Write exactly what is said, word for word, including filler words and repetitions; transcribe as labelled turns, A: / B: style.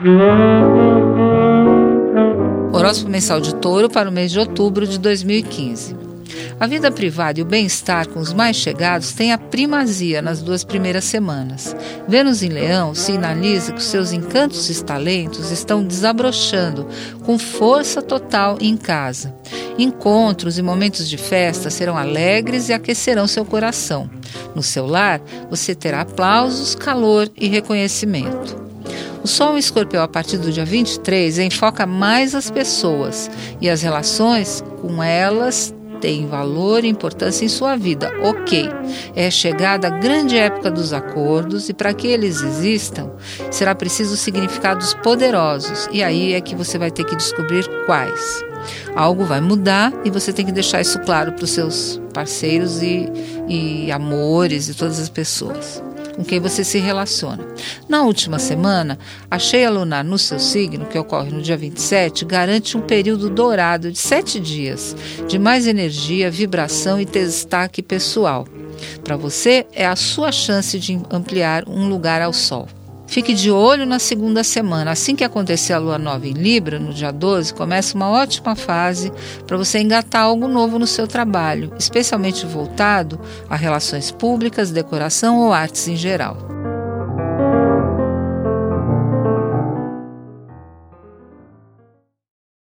A: Horóscopo mensal de Touro para o mês de outubro de dois mil e quinze. A vida privada e o bem-estar com os mais chegados têm a primazia nas duas primeiras semanas. Vênus em Leão sinaliza que os seus encantos e talentos estão desabrochando com força total em casa. Encontros e momentos de festa serão alegres e aquecerão seu coração. No seu lar, você terá aplausos, calor e reconhecimento. O Sol em Escorpião, a partir do dia vinte e três, enfoca mais as pessoas e as relações com elas têm valor e importância em sua vida. Ok, é chegada a grande época dos acordos e para que eles existam, será preciso significados poderosos e aí é que você vai ter que descobrir quais. Algo vai mudar e você tem que deixar isso claro para os seus parceiros e, e amores e todas as pessoas com quem você se relaciona. Na última semana, a cheia lunar no seu signo, que ocorre no dia vinte e sete, garante um período dourado de sete dias, de mais energia, vibração e destaque pessoal. Para você, é a sua chance de ampliar um lugar ao sol. Fique de olho na segunda semana. Assim que acontecer a lua nova em Libra, no dia doze, começa uma ótima fase para você engatar algo novo no seu trabalho, especialmente voltado a relações públicas, decoração ou artes em geral.